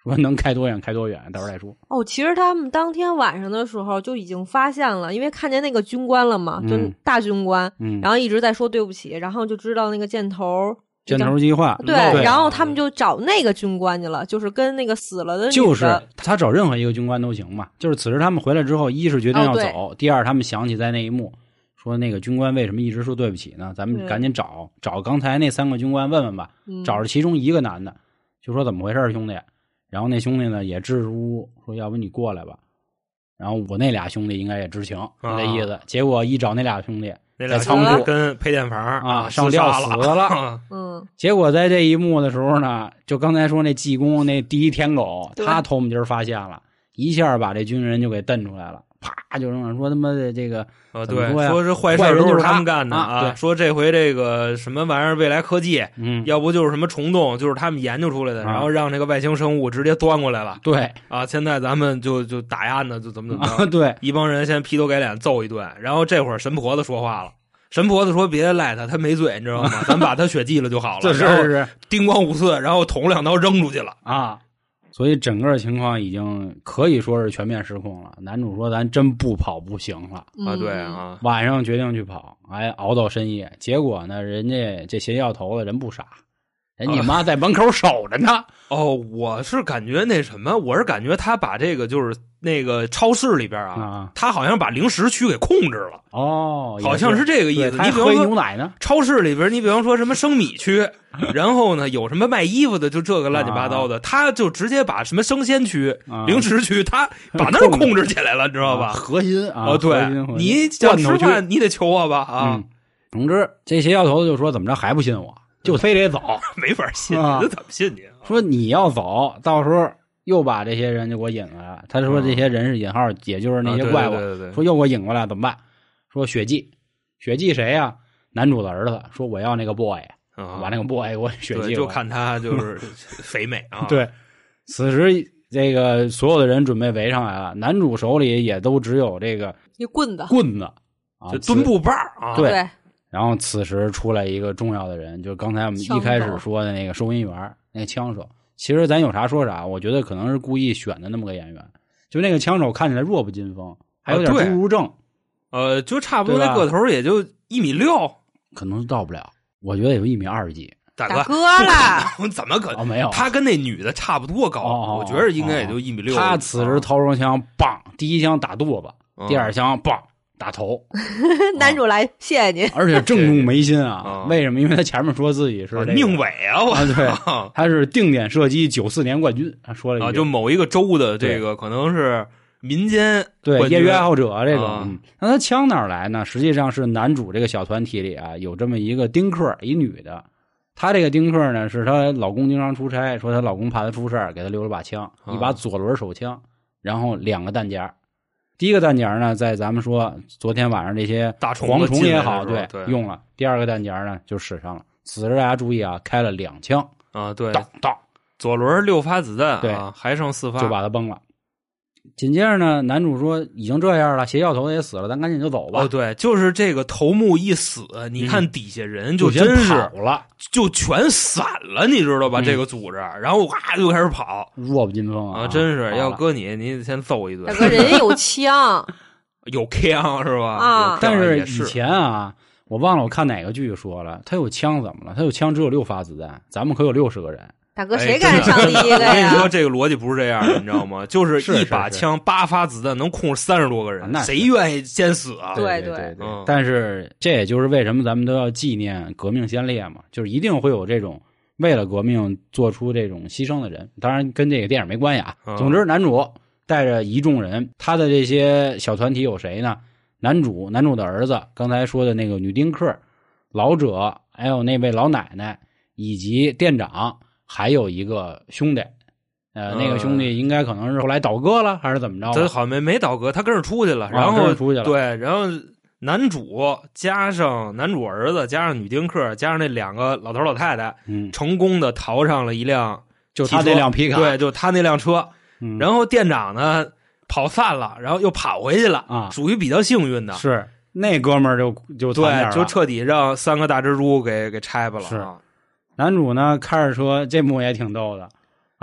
说能开多远开多远，到时候再说。 哦，其实他们当天晚上的时候就已经发现了，因为看见那个军官了嘛， 嗯、 就大军官， 嗯， 然后一直在说对不起，然后就知道那个箭头。 箭头计划， 对， 对， 然后他们就找那个军官去了，就是跟那个死了的女的， 就是他找任何一个军官都行嘛。就是此时他们回来之后，一是决定要走， 哦、 第二他们想起在那一幕，说那个军官为什么一直说对不起呢？咱们赶紧找找刚才那三个军官问问吧， 嗯、 找着其中一个男的，就说怎么回事兄弟。然后那兄弟呢也支支吾吾说要不你过来吧。然后我那俩兄弟应该也知情，就这意思。结果一找那俩兄弟。 那俩仓库跟配电房啊上吊死了， 嗯， 结果在这一幕的时候呢，就刚才说那济公那第一舔狗，他偷摸儿发现了，一下把这军人就给瞪出来了，啪就扔说他妈的这个啊，对， 说, 说是坏事都是他们干的啊， 啊说这回这个什么玩意儿未来科技， 嗯， 要不就是什么虫洞，就是他们研究出来的， 啊、 然后让这个外星生物直接端过来了， 对啊，现在咱们就就打压呢，就怎么怎么着， 啊、对， 一帮人先劈头盖脸揍一顿，然后这会儿神婆子说话了。神婆子说：“别赖他，他没嘴，你知道吗？咱把他血祭了就好了。” 这是是叮咣五四，然后捅两刀扔出去了啊！所以整个情况已经可以说是全面失控了。男主说：“咱真不跑不行了、 嗯、 啊！”对啊， 晚上决定去跑，哎，熬到深夜。结果呢，人家这邪教头子人不傻，人你妈在门口守着呢。 哦，我是感觉那什么，我是感觉他把这个就是那个超市里边啊， 啊他好像把零食区给控制了。 哦， 好像是这个意思。 你比方说牛奶呢， 超市里边，你比方说什么生米区，然后呢有什么卖衣服的，就这个乱七八糟的，啊、他就直接把什么生鲜区、啊、零食区，他把那儿控制起来了，知道吧？ 啊、核心啊， 哦，对，你想吃饭你得求我吧啊、 嗯。总之，这邪教头子就说怎么着还不信我，就非得走， 没法信， 啊、 这怎么信你、啊？ 说你要走，到时候又把这些人就给我引过来。他说这些人是引号，嗯、也就是那些怪物。 啊、对对对对说又给我引过来怎么办？说血祭，血祭谁呀、啊？男主的儿子。说我要那个 boy，、啊、把那个 boy 给我血祭了。 就看他就是肥美啊。 对，此时这个所有的人准备围上来了，男主手里也都只有这个一棍子， 棍子啊， 就墩布棒啊。 对。 对然后此时出来一个重要的人，就是刚才我们一开始说的那个收银员，那个枪手。其实咱有啥说啥，我觉得可能是故意选的那么个演员。就那个枪手看起来弱不禁风，还有点侏儒症， 呃，就差不多那个头也就一米六， 可能到不了，我觉得有一米二几。 大哥， 大哥啦， 怎么可能、 哦、没有？ 他跟那女的差不多高， 哦、 我觉得应该也就一米六。 他此时掏出枪，棒，第一枪打肚子， 嗯、 第二枪棒。打头， 男主来，谢谢您。 而且正中眉心啊！ 啊为什么？因为他前面说自己是、这个啊、宁伟啊，我、 啊、对，他是定点射击九四年冠军，他说了一句啊，就某一个州的这个可能是民间对业余爱好者这种。 啊嗯、那他枪哪儿来呢？实际上是男主这个小团体里啊，有这么一个丁克，一女的。她这个丁克呢，是她老公经常出差，说她老公怕她出事儿，给她留了把枪， 啊、 一把左轮手枪，然后两个弹夹。第一个弹夹呢，在咱们说昨天晚上这些蝗虫也好， 对对，用了。第二个弹夹呢，就使上了。此时大家注意啊，开了两枪啊，对， 当当， 左轮六发子弹， 对啊，还剩四发， 就把他崩了。紧接着呢，男主说已经这样了，邪教头也死了，咱赶紧就走吧。 哦，对，就是这个头目一死，你看底下人就真是、 嗯、就跑了， 就全散了，你知道吧？ 嗯、 这个组织，然后哇就开始跑， 弱不禁风啊！ 啊真是要搁你，你得先揍一顿。 大哥，人家有枪， 有枪是吧？ 啊， 但是以前啊，我忘了我看哪个剧说了，他有枪怎么了？他有枪只有六发子弹，咱们可有六十个人。 大哥，谁敢上第一个呀？ 我跟你说，这个逻辑不是这样的，你知道吗？就是一把枪八发子弹能控制三十多个人， 那谁愿意先死啊？ 对对对对。 嗯、 但是这也就是为什么咱们都要纪念革命先烈嘛，就是一定会有这种为了革命做出这种牺牲的人。当然跟这个电影没关系啊。 嗯、 总之，男主带着一众人，他的这些小团体有谁呢？男主、男主的儿子，刚才说的那个女丁克、老者，还有那位老奶奶，以及店长。还有一个兄弟，呃，那个兄弟应该可能是后来倒戈了，还是怎么着？ 他好像没没倒戈，他跟着出去了，然后、 啊、出去了。 对，然后男主加上男主儿子，加上女丁克，加上那两个老头老太太， 嗯， 成功的逃上了一辆， 就他那辆皮卡， 对，就他那辆车。 嗯、 然后店长呢跑散了，然后又跑回去了啊， 属于比较幸运的。 是那哥们儿就就对，就彻底让三个大蜘蛛给给拆吧了。 是。男主呢开着车，这幕也挺逗的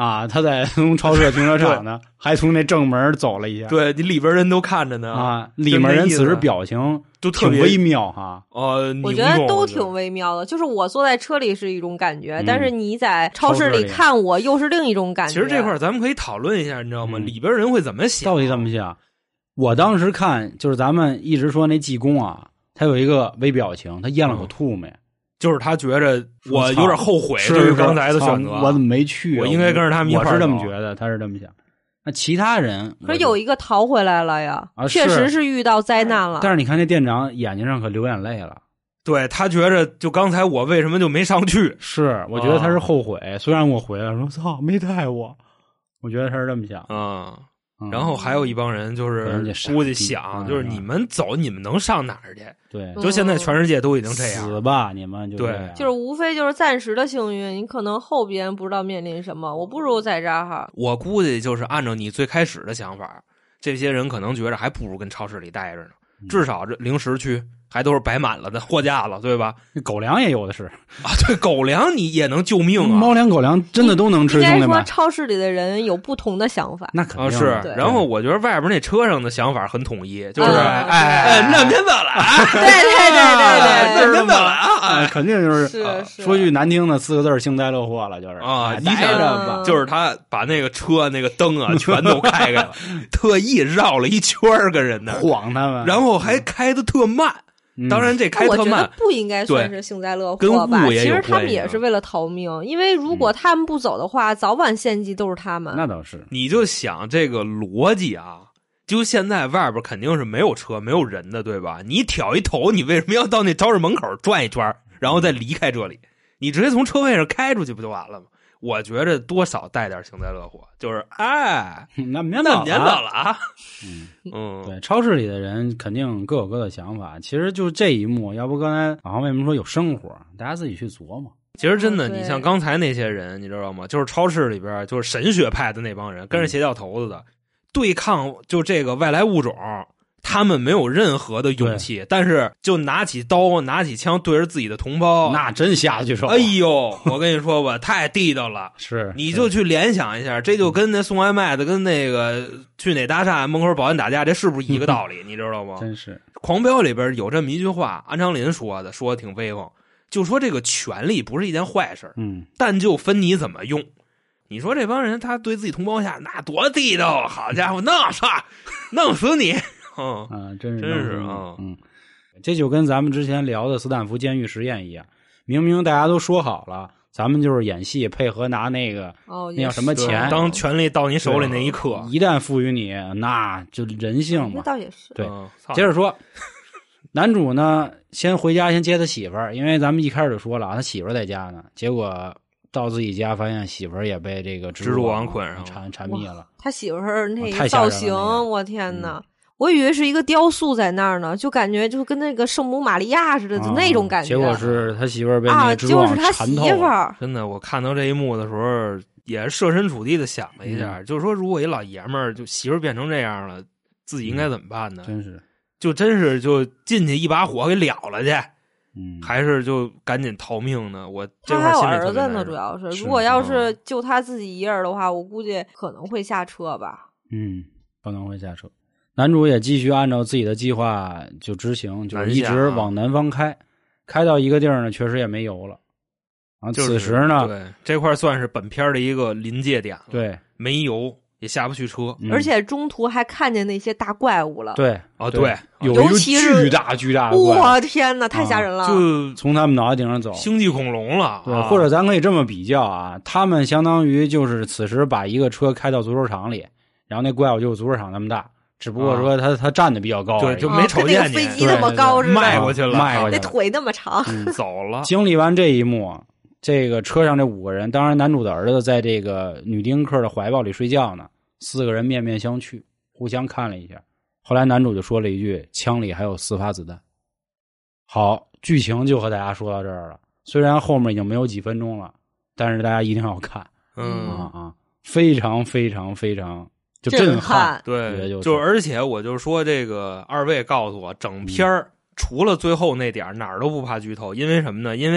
啊，他在从超市停车场呢，还从那正门走了一下。 对，你里边人都看着呢啊，里面人此时表情都特别微妙哈。 呃， 我觉得都挺微妙的。就是我坐在车里是一种感觉， 嗯、 但是你在超市里看我又是另一种感觉。 其实这块咱们可以讨论一下，你知道吗？嗯、里边人会怎么想？ 到底怎么想？我当时看就是咱们一直说那济公啊，他有一个微表情，他咽了口吐沫。嗯就是他觉着我有点后悔对于刚才的选择， 我怎么没去、啊？ 我应该跟着他们一块儿。 我是这么觉得，他是这么想。那其他人， 可是有一个逃回来了呀， 啊、 确实是遇到灾难了。 但是你看那店长眼睛上可流眼泪了， 对他觉着就刚才我为什么就没上去？ 是，我觉得他是后悔。啊、虽然我回来说操没带我，我觉得他是这么想啊。然后还有一帮人就是估计想，就是你们走，你们能上哪儿去？ 对， 就现在全世界都已经这样， 死吧你们就对， 就是无非就是暂时的幸运，你可能后边不知道面临什么，我不如在这儿哈。 我估计就是按照你最开始的想法，这些人可能觉得还不如跟超市里待着呢，至少这零食区还都是摆满了的货架了，对吧？ 狗粮也有的是啊，对，狗粮你也能救命啊！ 猫粮、狗粮真的都能吃， 应该说超市里的人有不同的想法， 那肯定、 啊、是。然后我觉得外边那车上的想法很统一，就是、嗯、哎哎，那边走了， 对对对对对， 那边走了啊， 肯定就是是是说句难听的四个字幸灾乐祸了，就是啊， 你待着吧， 就是他把那个车那个灯啊全都开开了，特意绕了一圈跟人那晃他们， 然后还开的特慢。当然，这开特慢， 我觉得不应该算是幸灾乐祸吧？其实他们也是为了逃命，因为如果他们不走的话，嗯、早晚献祭都是他们。 那倒是， 你就想这个逻辑啊，就现在外边肯定是没有车、没有人的，对吧？你挑一头，你为什么要到那超市门口转一圈，然后再离开这里？你直接从车位上开出去不就完了吗？我觉着多少带点幸灾乐祸，就是哎， 那年那年到了啊， 嗯嗯， 对，超市里的人肯定各有各的想法。其实就这一幕，要不刚才好像为什么说有生活，大家自己去琢磨。 其实真的，你像刚才那些人，你知道吗？就是超市里边就是神学派的那帮人，跟着邪教头子的、嗯、对抗，就这个外来物种。他们没有任何的勇气，但是就拿起刀拿起枪对着自己的同胞， 那真下去手。 哎呦，我跟你说吧，太地道了。 是， 你就去联想一下，这就跟那送外卖的跟那个去哪大厦门口保安打架，这是不是一个道理？你知道吗？ 真是。 狂飙里边有这么一句话，安长林说的，说的挺威风，就说这个权力不是一件坏事， 嗯， 但就分你怎么用。你说这帮人他对自己同胞下那多地道，好家伙，弄啥，弄死你！嗯啊，真是真是啊， 嗯，这就跟咱们之前聊的斯坦福监狱实验一样，明明大家都说好了，咱们就是演戏，配合拿那个哦， 那叫什么钱， 当权力到你手里那一刻， 一旦赋予你，那就人性嘛。 那倒也是。 对， 嗯、 接着说，男主呢，先回家先接他媳妇儿，因为咱们一开始就说了，他媳妇儿在家呢，结果到自己家发现媳妇儿也被这个蜘蛛网捆上缠缠密了。 他媳妇儿那个造型，那个、我天哪！嗯，我以为是一个雕塑在那儿呢，就感觉就跟那个圣母玛利亚似的，就那种感觉。 结果是他媳妇儿被那个蜘蛛网缠透了。 啊，就是他媳妇儿。 真的，我看到这一幕的时候，也是设身处地的想了一下，嗯、就是说，如果一老爷们儿就媳妇儿变成这样了，自己应该怎么办呢？ 嗯、真是， 就真是就进去一把火给燎了去， 嗯， 还是就赶紧逃命呢？我这他块还有儿子呢，主要是， 是如果要是就他自己一人的话，我估计可能会下车吧。 嗯，可能会下车。男主也继续按照自己的计划就执行，就是一直往南方开，开到一个地儿呢，确实也没油了。啊， 就是、 此时呢， 对这块算是本片的一个临界点了。 对， 没油也下不去车， 嗯、 而且中途还看见那些大怪物了。 对， 哦对， 有一个巨大巨大的怪物， 我天哪，太吓人了！ 啊、就从他们脑袋顶上走， 星际恐龙了。 对， 啊、 或者咱可以这么比较啊，他们相当于就是此时把一个车开到足球场里，然后那怪物就有足球场那么大。只不过说他、啊、他站的比较高， 对，就没瞅见你， 跟那个飞机那么高似的， 迈过去了， 迈过去了，那腿那么长， 嗯、走了。 经历完这一幕，这个车上这五个人，当然男主的儿子在这个女丁克的怀抱里睡觉呢，四个人面面相觑，互相看了一下。后来男主就说了一句：“枪里还有四发子弹。”好，剧情就和大家说到这儿了。虽然后面已经没有几分钟了，但是大家一定要看， 嗯啊啊，非常非常非常。就震撼， 对， 就, 就而且我就说这个二位告诉我，整片儿、嗯、除了最后那点哪儿都不怕剧透，因为什么呢？因为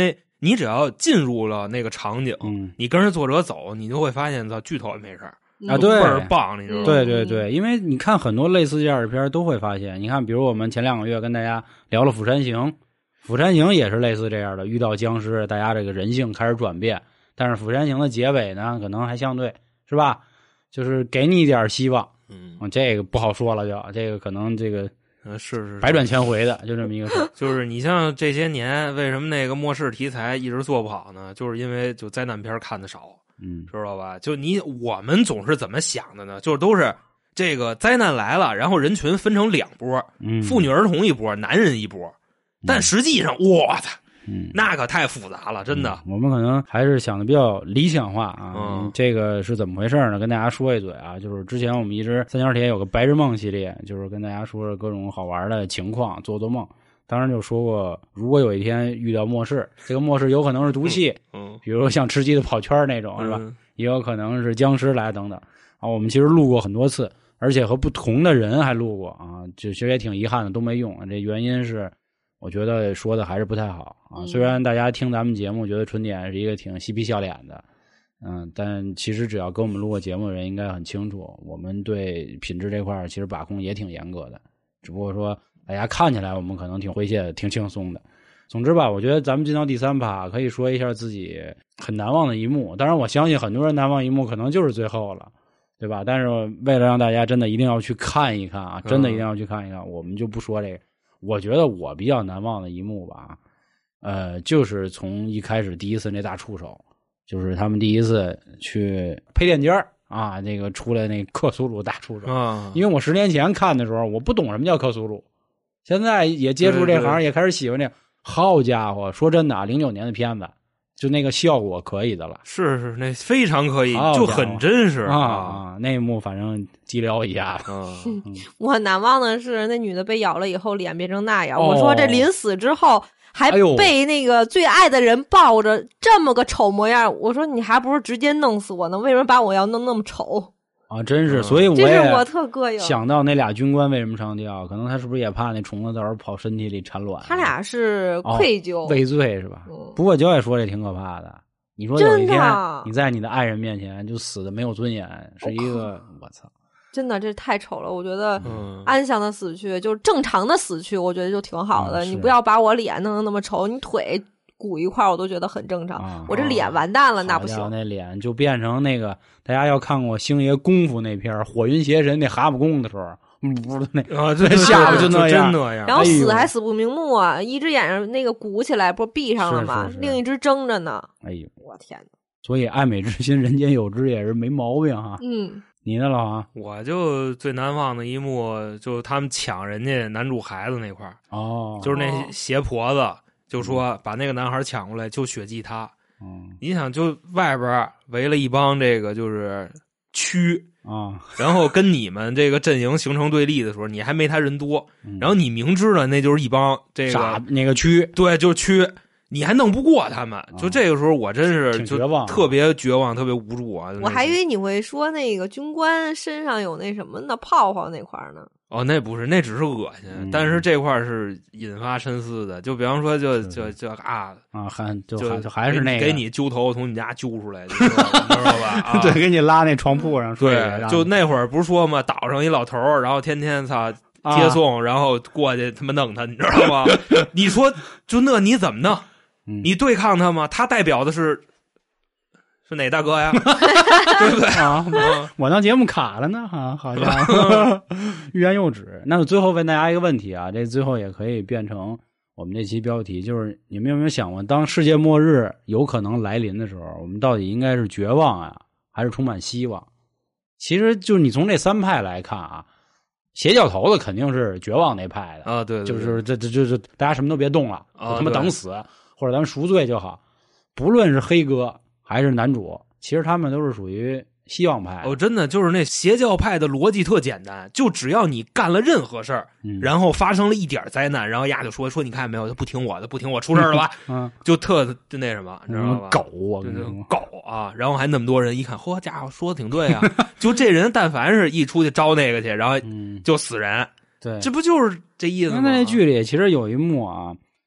你只要进入了那个场景， 嗯， 你跟着作者走，你就会发现，操，剧透也没事啊，对， 倍儿棒，你知道吗？ 对对对，因为你看很多类似这样的片儿都会发现，你看，比如我们前两个月跟大家聊了《釜山行》，《釜山行》也是类似这样的，遇到僵尸，大家这个人性开始转变，但是《釜山行》的结尾呢，可能还相对是吧，就是给你一点希望。 嗯， 这个不好说了就，就这个可能这个。 呃，是是百转千回的，就这么一个事。 就是你像这些年，为什么那个末世题材一直做不好呢？就是因为就灾难片看的少， 嗯， 知道吧？就你我们总是怎么想的呢？就是都是这个灾难来了，然后人群分成两波， 嗯， 妇女儿童一波，男人一波。但实际上，我操！ 嗯， 那可太复杂了，真的、 嗯。我们可能还是想的比较理想化啊。 嗯， 这个是怎么回事呢？跟大家说一嘴啊，就是之前我们一直三角铁有个白日梦系列，就是跟大家说说各种好玩的情况，做做梦。当然就说过，如果有一天遇到末世，这个末世有可能是毒气， 嗯，嗯比如像吃鸡的跑圈那种，是吧？ 嗯、 也有可能是僵尸来等等啊。我们其实录过很多次，而且和不同的人还录过啊，就其实也挺遗憾的，都没用。这原因是。我觉得说的还是不太好啊，虽然大家听咱们节目觉得纯点是一个挺嬉皮笑脸的，嗯，但其实只要跟我们录过节目的人应该很清楚，我们对品质这块其实把控也挺严格的，只不过说大家看起来我们可能挺诙谐的，挺轻松的。总之吧，我觉得咱们进到第三趴可以说一下自己很难忘的一幕，当然我相信很多人难忘一幕可能就是最后了，对吧？但是为了让大家真的一定要去看一看啊，真的一定要去看一看，嗯、我们就不说这个。我觉得我比较难忘的一幕吧，呃，就是从一开始第一次那大触手，就是他们第一次去配电间啊，那个出来那克苏鲁大触手啊。 因为我十年前看的时候，我不懂什么叫克苏鲁，现在也接触这行，也开始喜欢这个。好家伙，说真的啊，零九年的片子，就那个效果可以的了。 是是，那非常可以，就很真实啊啊！那一幕反正激撩一下子。 嗯、 我难忘的是那女的被咬了以后脸变成那样。 哦、 我说这临死之后还被那个最爱的人抱着，哎、这么个丑模样。我说你还不如直接弄死我呢，为什么把我要弄那么丑？ 啊，真是，所以我也这是我特膈应。 想到那俩军官为什么上吊，可能他是不是也怕那虫子到时候跑身体里产卵？ 他俩是愧疚、 哦、畏罪是吧？ 嗯、 不过焦也说这挺可怕的。你说有一天你在你的爱人面前就死的没有尊严，是一个我操！ 真的这太丑了，我觉得安详的死去，嗯、就是正常的死去，我觉得就挺好的。 嗯、 你不要把我脸弄得那么丑，你腿鼓一块我都觉得很正常。 啊、 我这脸完蛋了， 啊、 那不行。 那脸就变成那个大家要看过星爷功夫那片火云邪神那蛤蟆功的时候，不是那啊，这下巴就那样，真那样。 然后死还死不瞑目啊，一只眼睛那个鼓起来，不是闭上了吗？ 是是是另一只睁着呢。 哎呦， 我天哪！ 所以爱美之心，人间有之也是没毛病哈。 嗯， 你呢，老王？ 我就最难忘的一幕，就他们抢人家男主孩子那块儿。 哦， 就是那邪婆子就说把那个男孩抢过来，就血祭他。 嗯， 你想，就外边围了一帮这个就是蛆啊， 然后跟你们这个阵营形成对立的时候，你还没他人多， 嗯、 然后你明知道那就是一帮这个傻那个蛆， 对，就是蛆。你还弄不过他们，就这个时候我真是就特别绝望，特别无助啊！ 我还以为你会说那个军官身上有那什么呢，泡泡那块呢。 哦，那不是，那只是恶心， 嗯、 但是这块是引发深思的。就比方说就，就就就啊啊，还就就就还是那个给你揪头从你家揪出来，你知道吧？啊、 对，给你拉那床铺上睡。 对，就那会儿不是说嘛，岛上一老头儿，然后天天操接送，啊、然后过去他妈弄他，你知道吗？你说就那你怎么弄？你对抗他吗？他代表的是是哪大哥呀？对不对啊？我当节目卡了呢，啊，好家伙，欲言又止。那最后问大家一个问题啊，这最后也可以变成我们这期标题，就是你们有没有想过，当世界末日有可能来临的时候，我们到底应该是绝望啊，还是充满希望？其实就是你从这三派来看啊，邪教头子肯定是绝望那派的啊，对，对对就是这这就是大家什么都别动了， 啊、 就他妈等死。或者咱们赎罪就好，不论是黑哥还是男主，其实他们都是属于希望派。 哦，真的就是那邪教派的逻辑特简单，就只要你干了任何事儿， 嗯、 然后发生了一点灾难，然后丫就说说你看没有，他不听我的，不听我出事了吧？ 嗯， 就特就那什么，你知道吧？ 狗啊， 就狗啊！然后还那么多人一看，嚯家伙说的挺对啊！就这人但凡是一出去招那个去，然后就死人。 嗯、对， 这不就是这意思吗？ 那那剧里其实有一幕啊。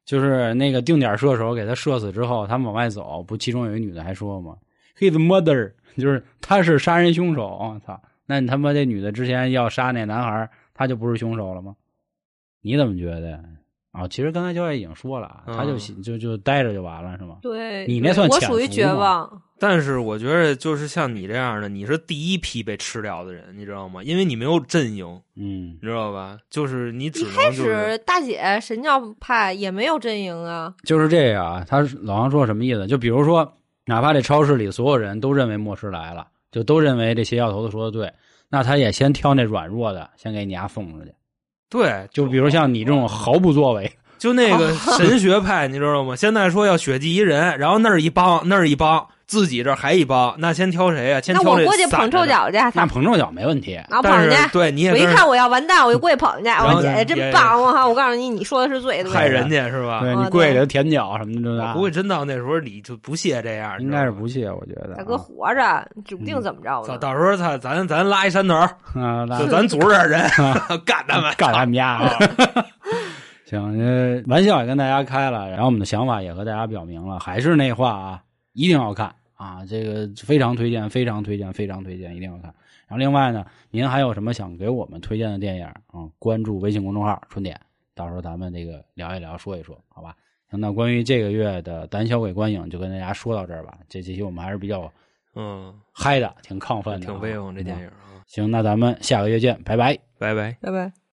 就是那个定点射手给他射死之后，他们往外走，不其中有一女的还说吗 ？His mother， 就是他是杀人凶手。我操，那你他妈这女的之前要杀那男孩，他就不是凶手了吗？你怎么觉得？啊，其实刚才教练已经说了，他就就就待着就完了，是吗？ 对， 你那算我潜伏属于绝望。 但是我觉得就是像你这样的，你是第一批被吃掉的人，你知道吗？因为你没有阵营， 嗯， 你知道吧？就是你只能、 就是、一开始大姐神教派也没有阵营啊。 就是这样啊，他老王说什么意思？就比如说，哪怕这超市里所有人都认为末世来了，就都认为这邪教头子说的对，那他也先挑那软弱的，先给你丫送出去。 对， 就比如像你这种毫不作为。 就那个神学派，你知道吗？现在说要血祭一人，然后那儿一帮，那儿一帮，自己这还一帮，那先挑谁呀、啊？先挑这。 那我过去捧臭脚去， 那捧臭脚没问题。 然后捧去， 对，你也我一看我要完蛋，我就过去捧去。我姐姐真棒，我哈！我告诉你，你说的是对的。 害人家是吧？ 对，你跪着舔脚什么的。 不会真到那时候你就不屑这样， 应该是不屑，我觉得。 大哥活着，指不定怎么着呢。 到时候他咱咱拉一山头， 啊， 就咱组织点人干他们， 干他们家。行，这玩笑也跟大家开了，然后我们的想法也和大家表明了，还是那话啊，一定要看啊，这个非常推荐，非常推荐，非常推荐，一定要看。然后另外呢，您还有什么想给我们推荐的电影啊？关注微信公众号春点，到时候咱们这个聊一聊，说一说，好吧？行，那关于这个月的胆小鬼观影就跟大家说到这儿吧。这期我们还是比较嗯嗨的，挺亢奋的， 挺威风这电影啊。 行，那咱们下个月见，拜拜， 拜拜， 拜拜。